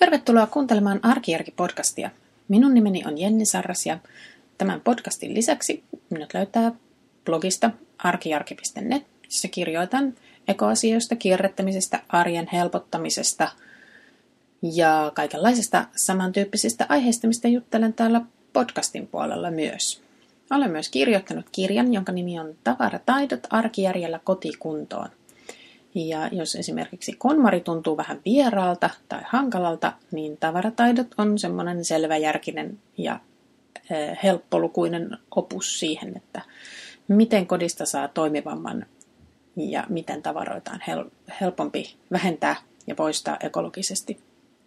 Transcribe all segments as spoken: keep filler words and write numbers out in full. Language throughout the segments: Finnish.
Tervetuloa kuuntelemaan Arkijärki-podcastia. Minun nimeni on Jenni Sarras ja tämän podcastin lisäksi minut löytää blogista arkijarki piste net, jossa kirjoitan ekoasioista, kierrättämisestä, arjen helpottamisesta ja kaikenlaisista samantyyppisistä aiheista, mistä juttelen täällä podcastin puolella myös. Olen myös kirjoittanut kirjan, jonka nimi on Tavarataidot arkijärjellä kotikuntoon. Ja jos esimerkiksi konmari tuntuu vähän vieraalta tai hankalalta, niin tavarataidot on semmoinen selväjärkinen ja helppolukuinen opus siihen, että miten kodista saa toimivamman ja miten tavaroita on hel- helpompi vähentää ja poistaa ekologisesti.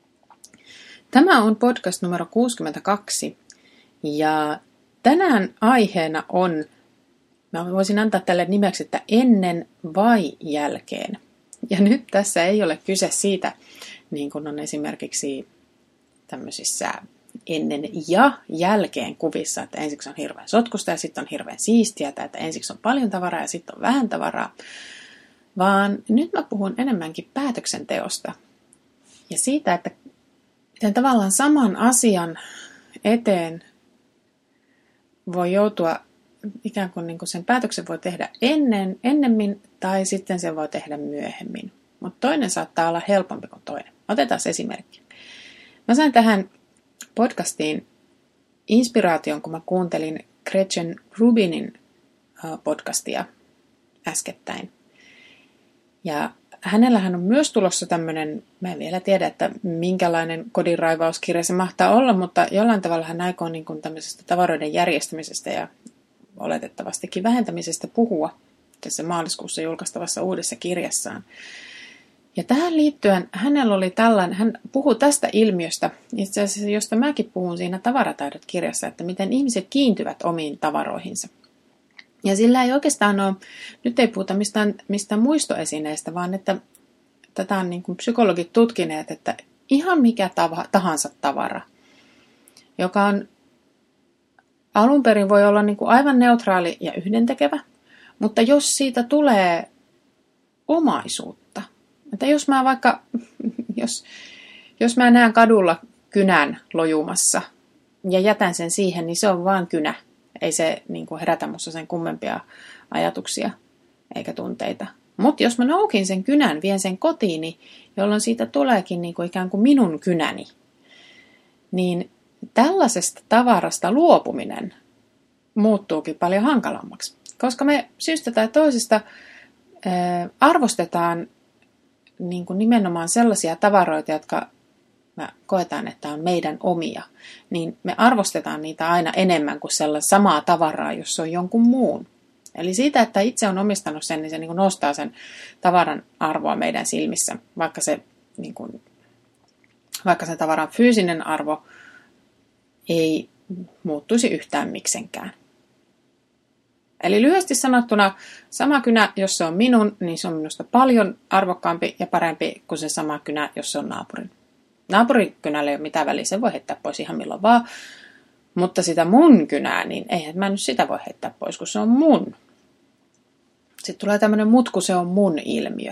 Tämä on podcast numero kuusikymmentäkaksi ja tänään aiheena on, mä voisin antaa tälle nimeksi, että ennen vai jälkeen. Ja nyt tässä ei ole kyse siitä, niin kuin on esimerkiksi tämmöisissä ennen ja jälkeen kuvissa, että ensiksi on hirveän sotkusta ja sitten on hirveän siistiä, tai että ensiksi on paljon tavaraa ja sitten on vähän tavaraa. Vaan nyt mä puhun enemmänkin päätöksenteosta ja siitä, että miten tavallaan saman asian eteen voi joutua ikään kuin, niin kuin sen päätöksen voi tehdä ennen, ennemmin tai sitten se voi tehdä myöhemmin. Mutta toinen saattaa olla helpompi kuin toinen. Otetaan esimerkki. Mä sain tähän podcastiin inspiraation, kun mä kuuntelin Gretchen Rubinin podcastia äskettäin. Ja hänellähän on myös tulossa tämmöinen, mä en vielä tiedä, että minkälainen kodinraivauskirja se mahtaa olla, mutta jollain tavalla hän aikoo niin kuin tämmöisestä tavaroiden järjestämisestä ja oletettavastikin vähentämisestä puhua tässä maaliskuussa julkaistavassa uudessa kirjassaan. Ja tähän liittyen hänellä oli tällainen, hän puhui tästä ilmiöstä, itse asiassa josta mäkin puhun siinä Tavarataidot-kirjassa, että miten ihmiset kiintyvät omiin tavaroihinsa. Ja sillä ei oikeastaan ole, nyt ei puhuta mistään, mistään muistoesineistä, vaan että tätä on niin kuin psykologit tutkineet, että ihan mikä tahansa tavara, joka on alun perin voi olla niin kuin aivan neutraali ja yhdentekevä, mutta jos siitä tulee omaisuutta, että jos mä vaikka, jos, jos mä näen kadulla kynän lojumassa ja jätän sen siihen, niin se on vaan kynä. Ei se niin kuin herätä musta sen kummempia ajatuksia eikä tunteita. Mutta jos mä noukin sen kynän, vien sen kotiini, jolloin siitä tuleekin niin kuin ikään kuin minun kynäni, niin tällaisesta tavarasta luopuminen muuttuukin paljon hankalammaksi. Koska me syystä tai toisesta ää, arvostetaan niin kuin nimenomaan sellaisia tavaroita, jotka me koetaan, että on meidän omia, niin me arvostetaan niitä aina enemmän kuin sellaista samaa tavaraa, jos se on jonkun muun. Eli siitä, että itse on omistanut sen, niin se niin kuin nostaa sen tavaran arvoa meidän silmissä, vaikka se, niin kuin, vaikka se tavaran fyysinen arvo ei muuttuisi yhtään miksenkään. Eli lyhyesti sanottuna, sama kynä, jos se on minun, niin se on minusta paljon arvokkaampi ja parempi kuin se sama kynä, jos se on naapurin. Naapurikynällä ei ole mitään väliä, se voi heittää pois ihan milloin vaan. Mutta sitä mun kynää, niin eihän mä nyt sitä voi heittää pois, kun se on mun. Sitten tulee tämmöinen mut, kun se on mun ilmiö.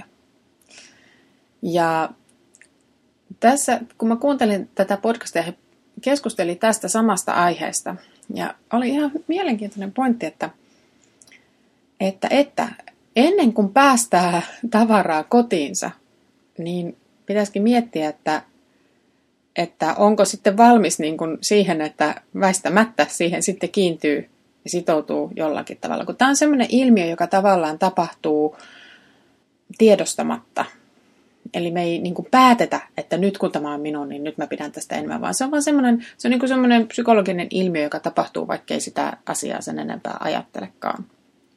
Ja tässä, kun mä kuuntelin tätä podcastia, he keskusteli tästä samasta aiheesta. Ja oli ihan mielenkiintoinen pointti, että, että, että ennen kuin päästää tavaraa kotiinsa, niin pitäisikin miettiä, että että onko sitten valmis niin kuin siihen, että väistämättä siihen sitten kiintyy ja sitoutuu jollakin tavalla. Kun tämä on sellainen ilmiö, joka tavallaan tapahtuu tiedostamatta. Eli me ei niin kuin päätetä, että nyt kun tämä on minun, niin nyt mä pidän tästä enemmän. Vaan se on vaan semmoinen, se on niin kuin semmoinen psykologinen ilmiö, joka tapahtuu, vaikkei sitä asiaa sen enempää ajattelekaan.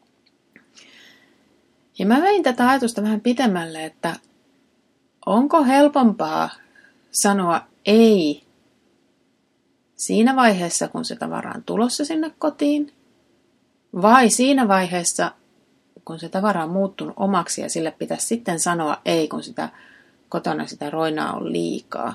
Ja mä vein tätä ajatusta vähän pitemmälle, että onko helpompaa sanoa ei siinä vaiheessa, kun se tavara on tulossa sinne kotiin, vai siinä vaiheessa, kun se tavara on muuttunut omaksi ja sille pitäisi sitten sanoa ei, kun sitä kotona sitä roinaa on liikaa.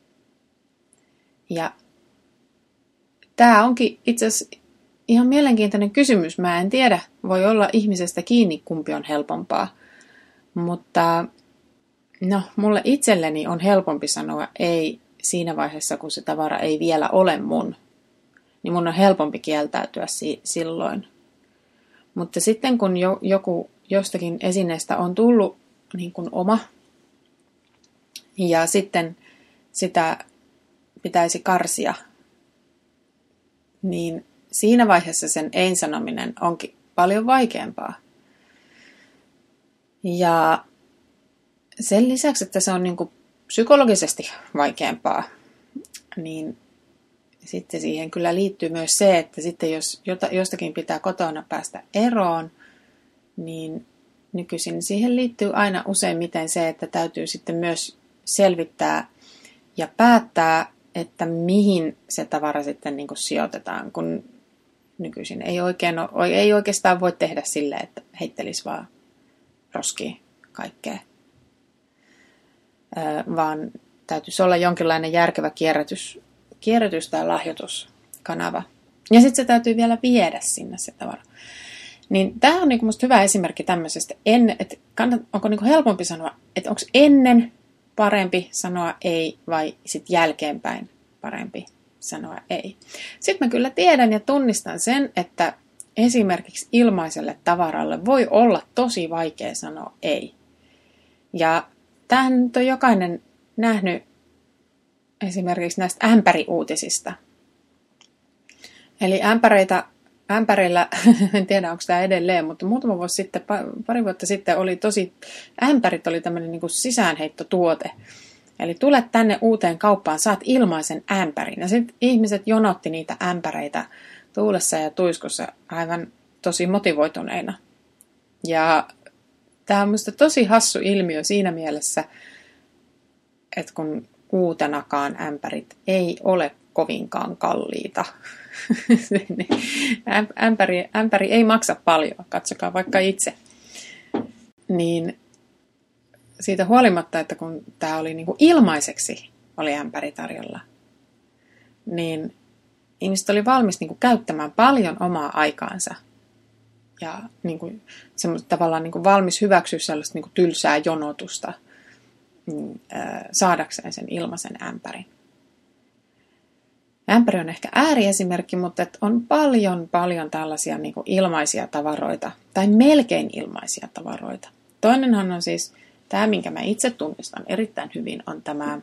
Ja tämä onkin itse asiassa ihan mielenkiintoinen kysymys. Mä en tiedä, voi olla ihmisestä kiinni, kumpi on helpompaa, mutta no, mulle itselleni on helpompi sanoa ei siinä vaiheessa, kun se tavara ei vielä ole mun, niin mun on helpompi kieltäytyä si- silloin. Mutta sitten kun jo, joku jostakin esineestä on tullut niin kuin oma, ja sitten sitä pitäisi karsia, niin siinä vaiheessa sen ei-sanominen onkin paljon vaikeampaa. Ja sen lisäksi, että se on niin kuin psykologisesti vaikeampaa, niin sitten siihen kyllä liittyy myös se, että sitten jos jostakin pitää kotona päästä eroon, niin nykyisin siihen liittyy aina useimmiten se, että täytyy sitten myös selvittää ja päättää, että mihin se tavara sitten niin kuin sijoitetaan, kun nykyisin ei, oikein ole, ei oikeastaan voi tehdä silleen, että heittelisi vaan roskiin kaikkea, vaan täytyisi olla jonkinlainen järkevä kierrätys, kierrätys tai lahjoituskanava. Ja sitten se täytyy vielä viedä sinne se tavara. Niin tämä on niinku musta hyvä esimerkki tämmöisestä, en, että kannat, onko niinku helpompi sanoa, että onko ennen parempi sanoa ei vai sitten jälkeenpäin parempi sanoa ei. Sitten mä kyllä tiedän ja tunnistan sen, että esimerkiksi ilmaiselle tavaralle voi olla tosi vaikea sanoa ei. Ja tämähän on jokainen nähnyt esimerkiksi näistä ämpäriuutisista. Eli ämpäreitä, ämpärillä, en tiedä onko tämä edelleen, mutta muutama vuosi sitten, pari vuotta sitten oli tosi, ämpärit oli tämmöinen niin kuin sisäänheittotuote. Eli tulet tänne uuteen kauppaan, saat ilmaisen ämpärin. Ja sitten ihmiset jonotti niitä ämpäreitä tuulessa ja tuiskussa aivan tosi motivoituneina. Ja tämä on minusta tosi hassu ilmiö siinä mielessä, että kun uutenakaan ämpärit ei ole kovinkaan kalliita. ämpäri, ämpäri ei maksa paljon, katsokaa vaikka itse. Niin siitä huolimatta, että kun tämä oli niin kuin ilmaiseksi, oli ämpäri tarjolla, niin ihmiset oli valmis niin kuin käyttämään paljon omaa aikaansa. Ja niin kuin, tavallaan niin kuin valmis hyväksyä sellaista niin kuin tylsää jonotusta niin, äh, saadakseen sen ilmaisen ämpärin. Ämpäri on ehkä ääriesimerkki, mutta on paljon, paljon tällaisia niin kuin ilmaisia tavaroita, tai melkein ilmaisia tavaroita. Toinenhan on siis, tämä minkä mä itse tunnistan erittäin hyvin, on tämä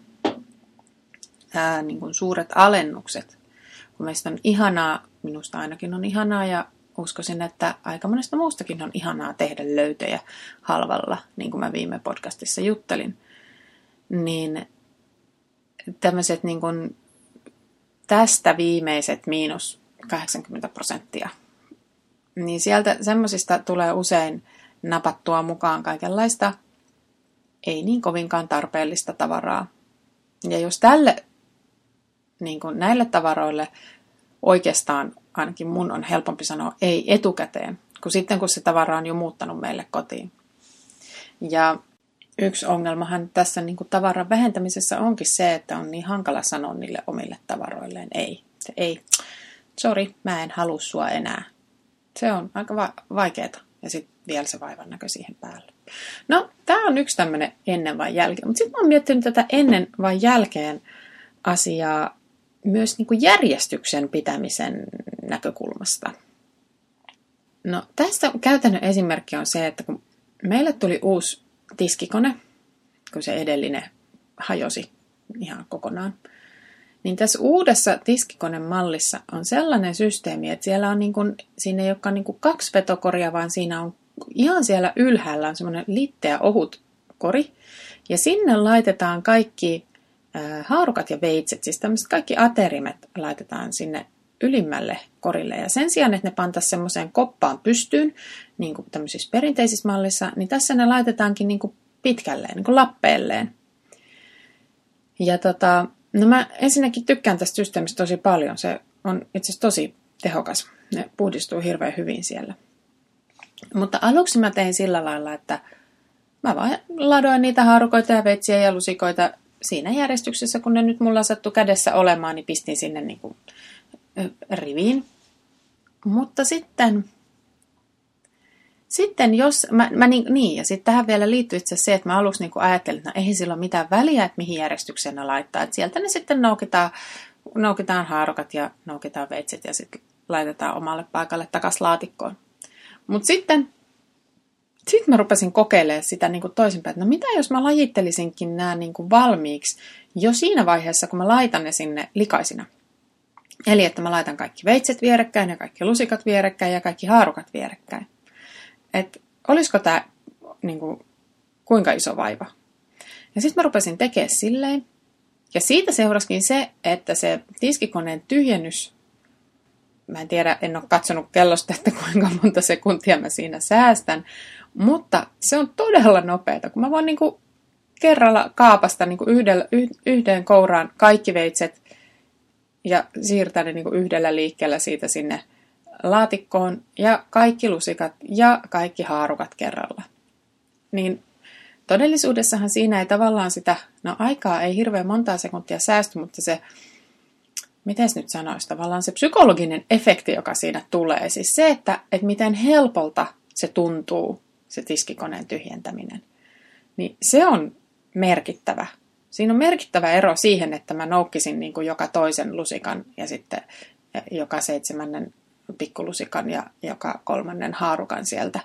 ää, niin kuin suuret alennukset. Kun meistä on ihanaa, minusta ainakin on ihanaa, ja uskoisin, että aika monesta muustakin on ihanaa tehdä löytöjä halvalla, niin kuin mä viime podcastissa juttelin, niin tämmöiset niin kuin tästä viimeiset miinus kahdeksankymmentä prosenttia, niin sieltä semmoisista tulee usein napattua mukaan kaikenlaista ei niin kovinkaan tarpeellista tavaraa. Ja jos tälle, niin kuin näille tavaroille oikeastaan ainakin mun on helpompi sanoa ei etukäteen, kuin sitten kun se tavara on jo muuttanut meille kotiin. Ja yksi ongelmahan tässä niin kuin tavaran vähentämisessä onkin se, että on niin hankala sanoa niille omille tavaroilleen ei. Se ei, sori, mä en halua sua enää. Se on aika va- vaikeeta. Ja sitten vielä se vaivan näkö siihen päälle. No, tämä on yksi tämmöinen ennen vai jälkeen. Mutta sitten mä oon miettinyt tätä ennen vai jälkeen asiaa myös niin kuin järjestyksen pitämisen näkökulmasta. No, tästä käytännön esimerkki on se, että kun meille tuli uusi tiskikone, kun se edellinen hajosi ihan kokonaan, niin tässä uudessa tiskikonemallissa on sellainen systeemi, että siellä on niin kuin, siinä ei olekaan niin kuin kaksi vetokoria, vaan siinä on ihan siellä ylhäällä on semmoinen litteä ohut kori, ja sinne laitetaan kaikki äh, haarukat ja veitset, siis tämmöiset kaikki aterimet laitetaan sinne ylimmälle korille, ja sen sijaan, että ne pantaisiin semmoiseen koppaan pystyyn, niin kuin tämmöisissä perinteisissä mallissa, niin tässä ne laitetaankin niin kuin pitkälleen, niin kuin lappeelleen. Ja tota, no mä ensinnäkin tykkään tästä systeemistä tosi paljon, se on itse asiassa tosi tehokas, ne puhdistuu hirveän hyvin siellä. Mutta aluksi mä tein sillä lailla, että mä vaan ladoin niitä haarukoita ja veitsiä ja lusikoita siinä järjestyksessä, kun ne nyt mulla sattui kädessä olemaan, niin pistin sinne niin kuin riviin. Mutta sitten sitten jos, mä, mä niin, niin, ja sitten tähän vielä liittyy itse se, että mä aluksi niin ajattelin, että no eihän sillä ole mitään väliä, että mihin järjestykseen ne laittaa. Että sieltä ne sitten noukitaan, noukitaan haarukat ja noukitaan veitset ja sitten laitetaan omalle paikalle takaisin laatikkoon. Mutta sitten sit mä rupesin kokeilemaan sitä niin kuin toisinpäin, että no mitä jos mä lajittelisinkin nämä niin kuin valmiiksi jo siinä vaiheessa, kun mä laitan ne sinne likaisina. Eli että mä laitan kaikki veitset vierekkäin ja kaikki lusikat vierekkäin ja kaikki haarukat vierekkäin. Että olisiko tämä niin kuin, kuinka iso vaiva. Ja sitten mä rupesin tekemään silleen. Ja siitä seuraskin se, että se tiskikoneen tyhjennys, mä en tiedä, en ole katsonut kellosta, että kuinka monta sekuntia mä siinä säästän, mutta se on todella nopeata, kun mä voin niin kuin kerralla kaapasta niin kuin yhdellä, yhden kouraan kaikki veitset ja siirtää ne niin kuin yhdellä liikkeellä siitä sinne laatikkoon ja kaikki lusikat ja kaikki haarukat kerralla. Niin todellisuudessahan siinä ei tavallaan sitä, no aikaa ei hirveän montaa sekuntia säästy, mutta se, miten nyt sanoisi, tavallaan se psykologinen efekti, joka siinä tulee, siis se, että, että miten helpolta se tuntuu, se tiskikoneen tyhjentäminen, niin se on merkittävä. Siinä on merkittävä ero siihen, että mä noukkisin niin kuin joka toisen lusikan ja sitten joka seitsemännen pikkulusikan ja joka kolmannen haarukan sieltä.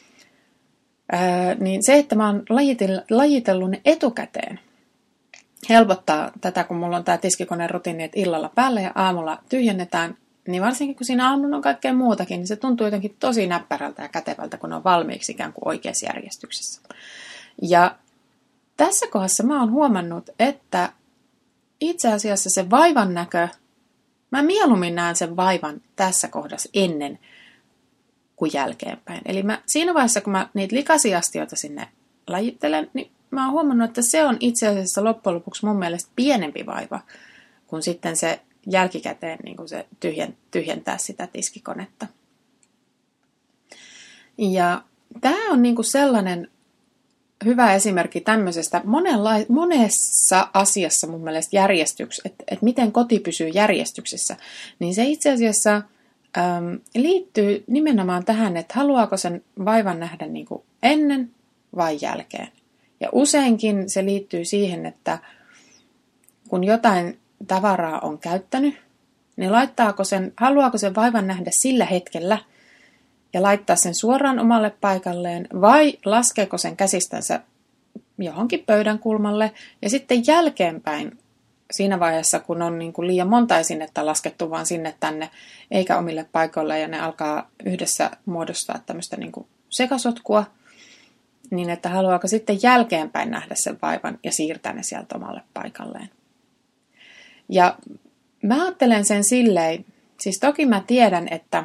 Ää, niin se, että mä oon lajitellut ne etukäteen, helpottaa tätä, kun mulla on tämä tiskikoneen rutiini, että illalla päällä ja aamulla tyhjennetään, niin varsinkin kun siinä aamulla on kaikkea muutakin, niin se tuntuu jotenkin tosi näppärältä ja kätevältä, kun on valmiiksi ikään kuin oikeassa järjestyksessä. Ja tässä kohdassa mä oon huomannut, että itse asiassa se vaivan näkö, mä mieluummin näen sen vaivan tässä kohdassa ennen kuin jälkeenpäin. Eli mä, siinä vaiheessa, kun mä niitä likaisia astioita sinne lajittelen, niin mä oon huomannut, että se on itse asiassa loppujen lopuksi mun mielestä pienempi vaiva, kuin sitten se jälkikäteen niin kuin se tyhjen, tyhjentää sitä tiskikonetta. Ja tämä on niin kuin sellainen hyvä esimerkki tämmöisestä monenla- monessa asiassa mun mielestä järjestyksessä, että, että miten koti pysyy järjestyksessä, niin se itse asiassa äm, liittyy nimenomaan tähän, että haluaako sen vaivan nähdä niin kuin ennen vai jälkeen. Ja useinkin se liittyy siihen, että kun jotain tavaraa on käyttänyt, niin laittaako sen, haluaako sen vaivan nähdä sillä hetkellä ja laittaa sen suoraan omalle paikalleen, vai laskeeko sen käsistänsä johonkin pöydän kulmalle ja sitten jälkeenpäin siinä vaiheessa, kun on niin kuin liian monta esinettä laskettu vaan sinne tänne, eikä omille paikoille ja ne alkaa yhdessä muodostaa tämmöistä niin kuin sekasotkua, niin että haluaako sitten jälkeenpäin nähdä sen vaivan ja siirtää ne sieltä omalle paikalleen. Ja mä ajattelen sen silleen, siis toki mä tiedän, että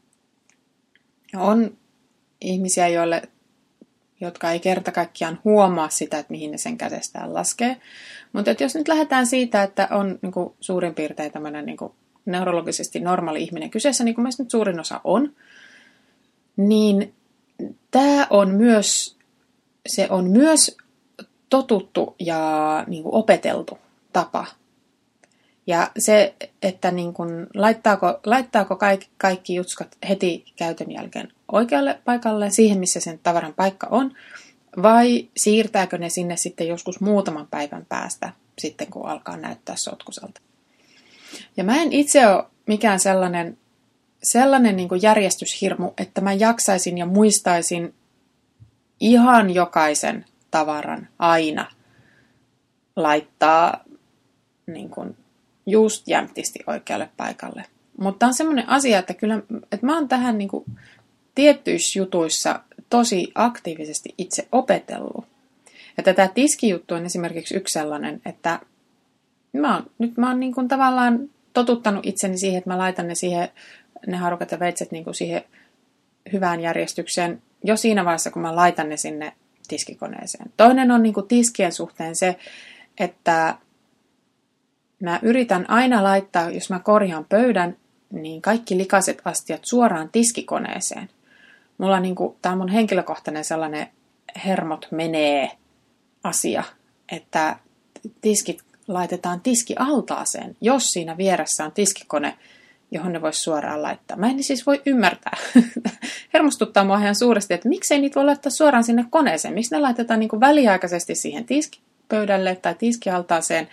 on ihmisiä, joille, jotka ei kerta kaikkiaan huomaa sitä, että mihin ne sen käsestään laskee. Mutta jos nyt lähdetään siitä, että on niin kuin suurin piirtein tämmöinen niin kuin neurologisesti normaali ihminen kyseessä, niin kuin meistä nyt suurin osa on, niin tämä on myös, se on myös totuttu ja niin kuin opeteltu tapa. Ja se, että niin kuin, laittaako, laittaako kaikki, kaikki jutskat heti käytön jälkeen oikealle paikalle, siihen missä sen tavaran paikka on, vai siirtääkö ne sinne sitten joskus muutaman päivän päästä, sitten kun alkaa näyttää sotkuselta. Ja mä en itse ole mikään sellainen, sellainen niin kuin järjestyshirmu, että mä jaksaisin ja muistaisin ihan jokaisen tavaran aina laittaa niin kuin just jämptisti oikealle paikalle. Mutta on semmoinen asia, että kyllä että mä oon tähän niin kuin tiettyissä jutuissa tosi aktiivisesti itse opetellut. Ja tätä tiskijuttu on esimerkiksi yksi sellainen, että mä oon, nyt mä oon niin kuin tavallaan totuttanut itseni siihen, että mä laitan ne, siihen, ne haarukat ja veitset niin kuin siihen hyvään järjestykseen jo siinä vaiheessa, kun mä laitan ne sinne tiskikoneeseen. Toinen on niin kuin tiskien suhteen se, että mä yritän aina laittaa, jos mä korjaan pöydän, niin kaikki likaiset astiat suoraan tiskikoneeseen. Mulla on niin kuin, tää on mun henkilökohtainen sellainen hermot menee asia, että tiskit laitetaan tiskialtaaseen, jos siinä vieressä on tiskikone, johon ne voisi suoraan laittaa. Mä en siis voi ymmärtää. Hermostuttaa mua ihan suuresti, että miksei niitä voi laittaa suoraan sinne koneeseen. Miksi ne laitetaan niin kuin väliaikaisesti siihen tiskipöydälle tai tiskialtaaseen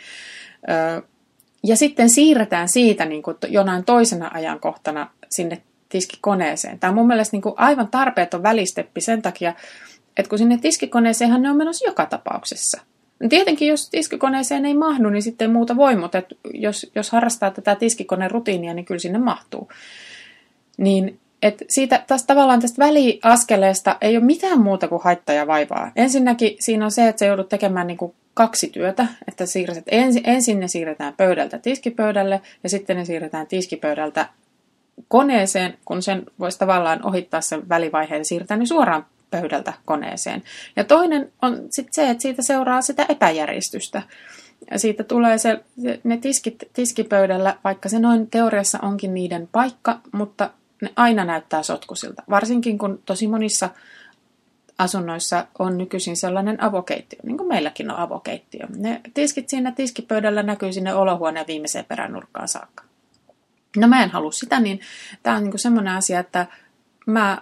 ja sitten siirretään siitä niin kuin jonain toisena ajankohtana sinne tiskikoneeseen. Tämä on mun mielestä niin kuin aivan tarpeeton välisteppi sen takia, että kun sinne tiskikoneeseenhan ne on menossa joka tapauksessa. Tietenkin, jos tiskikoneeseen ei mahdu, niin sitten muuta voi, mutta jos, jos harrastaa tätä tiskikoneen rutiinia, niin kyllä sinne mahtuu. Niin, että siitä taas tavallaan tästä väliaskeleesta ei ole mitään muuta kuin haittaa ja vaivaa. Ensinnäkin siinä on se, että sä joudut tekemään niin kuin kaksi työtä, että siirret, ensin, ensin ne siirretään pöydältä tiskipöydälle ja sitten ne siirretään tiskipöydältä koneeseen, kun sen voisi tavallaan ohittaa sen välivaiheen ja siirtää ne suoraan pöydältä koneeseen. Ja toinen on sitten se, että siitä seuraa sitä epäjärjestystä. Ja siitä tulee se, ne tiskit tiskipöydällä, vaikka se noin teoriassa onkin niiden paikka, mutta ne aina näyttää sotkuisilta. Varsinkin kun tosi monissa asunnoissa on nykyisin sellainen avokeittiö, niin kuin meilläkin on avokeittiö. Ne tiskit siinä tiskipöydällä näkyy sinne olohuoneen viimeiseen peränurkkaan saakka. No mä en halua sitä, niin tää on niinku semmoinen asia, että mä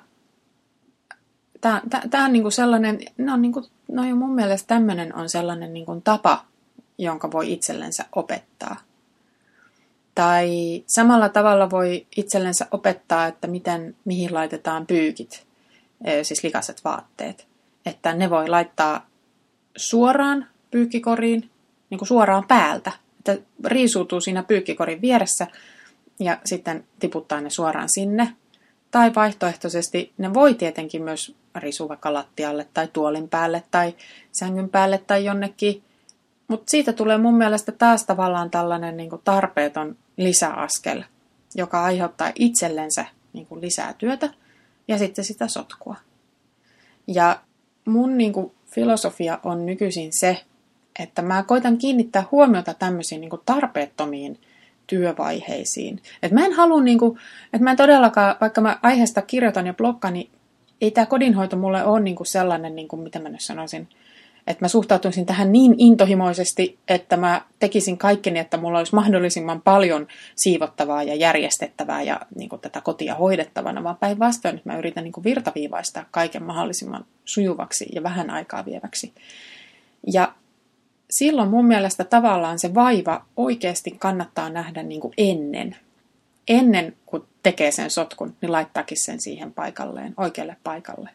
Tämä, tämä on niinku sellainen, no, niinku, no jo mun mielestä tämmöinen on sellainen niinku tapa, jonka voi itsellensä opettaa. Tai samalla tavalla voi itsellensä opettaa, että miten, mihin laitetaan pyykit, siis likaiset vaatteet. Että ne voi laittaa suoraan pyykkikoriin, niinku suoraan päältä. Että riisuutuu siinä pyykkikorin vieressä ja sitten tiputtaa ne suoraan sinne. Tai vaihtoehtoisesti ne voi tietenkin myös risua vaikka lattialle tai tuolin päälle tai sängyn päälle tai jonnekin. Mutta siitä tulee mun mielestä taas tavallaan tällainen niin kuin tarpeeton lisäaskel, joka aiheuttaa itsellensä niin kuin lisää työtä ja sitten sitä sotkua. Ja mun niin kuin filosofia on nykyisin se, että mä koitan kiinnittää huomiota tämmöisiin niin kuin tarpeettomiin työvaiheisiin. Et mä en halua, niinku, että mä en todellakaan, vaikka mä aiheesta kirjoitan ja bloggaan, niin ei tämä kodinhoito mulle ole niinku sellainen, niinku, mitä mä nyt sanoisin, että mä suhtautuisin tähän niin intohimoisesti, että mä tekisin kaikkeni, että mulla olisi mahdollisimman paljon siivottavaa ja järjestettävää ja niinku, tätä kotia hoidettavana, vaan päinvastoin, että mä yritän niinku, virtaviivaistaa kaiken mahdollisimman sujuvaksi ja vähän aikaa vieväksi. Ja silloin mun mielestä tavallaan se vaiva oikeasti kannattaa nähdä niin kuin ennen. Ennen kuin tekee sen sotkun, niin laittaakin sen siihen paikalleen, oikealle paikalle.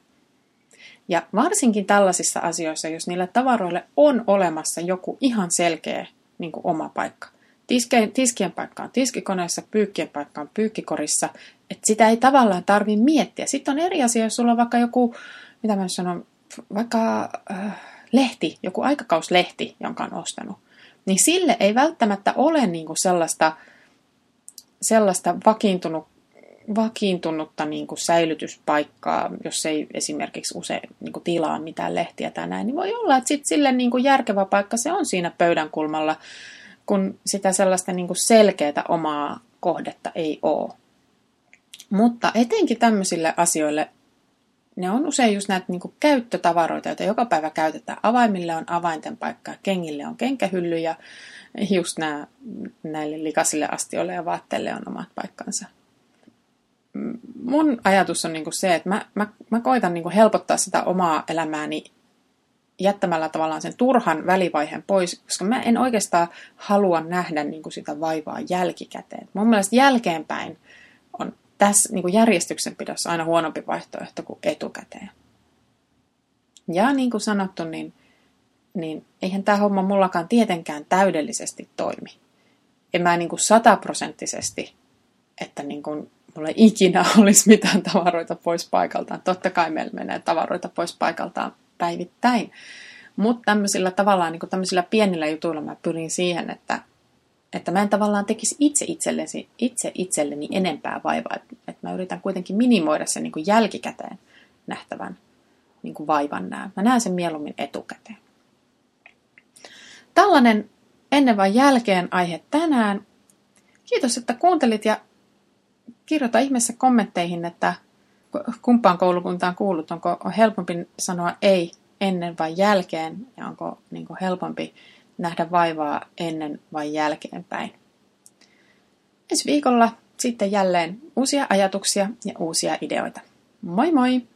Ja varsinkin tällaisissa asioissa, jos niille tavaroille on olemassa joku ihan selkeä niin kuin oma paikka. Tiskien, tiskien paikka on tiskikoneessa, pyykkien paikka on pyykkikorissa. Että sitä ei tavallaan tarvitse miettiä. Sitten on eri asia, jos sulla on vaikka joku, mitä mä sanon, vaikka Äh, lehti, joku aikakauslehti, jonka on ostanut, niin sille ei välttämättä ole niinku sellaista, sellaista vakiintunut, vakiintunutta niinku säilytyspaikkaa, jos ei esimerkiksi usein niinku tilaa mitään lehtiä tai näin, niin voi olla, että sit sille niinku järkevä paikka se on siinä pöydän kulmalla, kun sitä sellaista niinku selkeää omaa kohdetta ei ole. Mutta etenkin tämmöisille asioille ne on usein just näitä niin kuin käyttötavaroita, joita joka päivä käytetään. Avaimille on avainten paikka, kengille on kenkähylly ja just nämä, näille likaisille astioille ja vaatteille on omat paikkansa. Mun ajatus on niin kuin se, että mä, mä, mä koitan niin kuin helpottaa sitä omaa elämääni jättämällä tavallaan sen turhan välivaiheen pois, koska mä en oikeastaan halua nähdä niin kuin sitä vaivaa jälkikäteen. Mun mielestä jälkeenpäin on tässä niin kuin järjestyksenpidossa aina huonompi vaihtoehto kuin etukäteen. Ja niin kuin sanottu, niin, niin eihän tämä homma mullakaan tietenkään täydellisesti toimi. En mä niin kuin sataprosenttisesti, että niin kuin mulla ei ikinä olisi mitään tavaroita pois paikaltaan. Totta kai meillä menee tavaroita pois paikaltaan päivittäin. Mutta tämmöisillä tavallaan, niin kuin tämmöisillä pienillä jutuilla mä pyrin siihen, että Että mä en tavallaan tekisi itse itselleni, itse itselleni enempää vaivaa. Että et mä yritän kuitenkin minimoida sen niin kuin jälkikäteen nähtävän niin kuin vaivan näen. Mä näen sen mieluummin etukäteen. Tällainen ennen vai jälkeen aihe tänään. Kiitos, että kuuntelit ja kirjoita ihmeessä kommentteihin, että kumpaan koulukuntaan kuulut. Onko on helpompi sanoa ei ennen vai jälkeen ja onko niin kuin helpompi nähdä vaivaa ennen vai jälkeenpäin. Ensi viikolla sitten jälleen uusia ajatuksia ja uusia ideoita. Moi moi!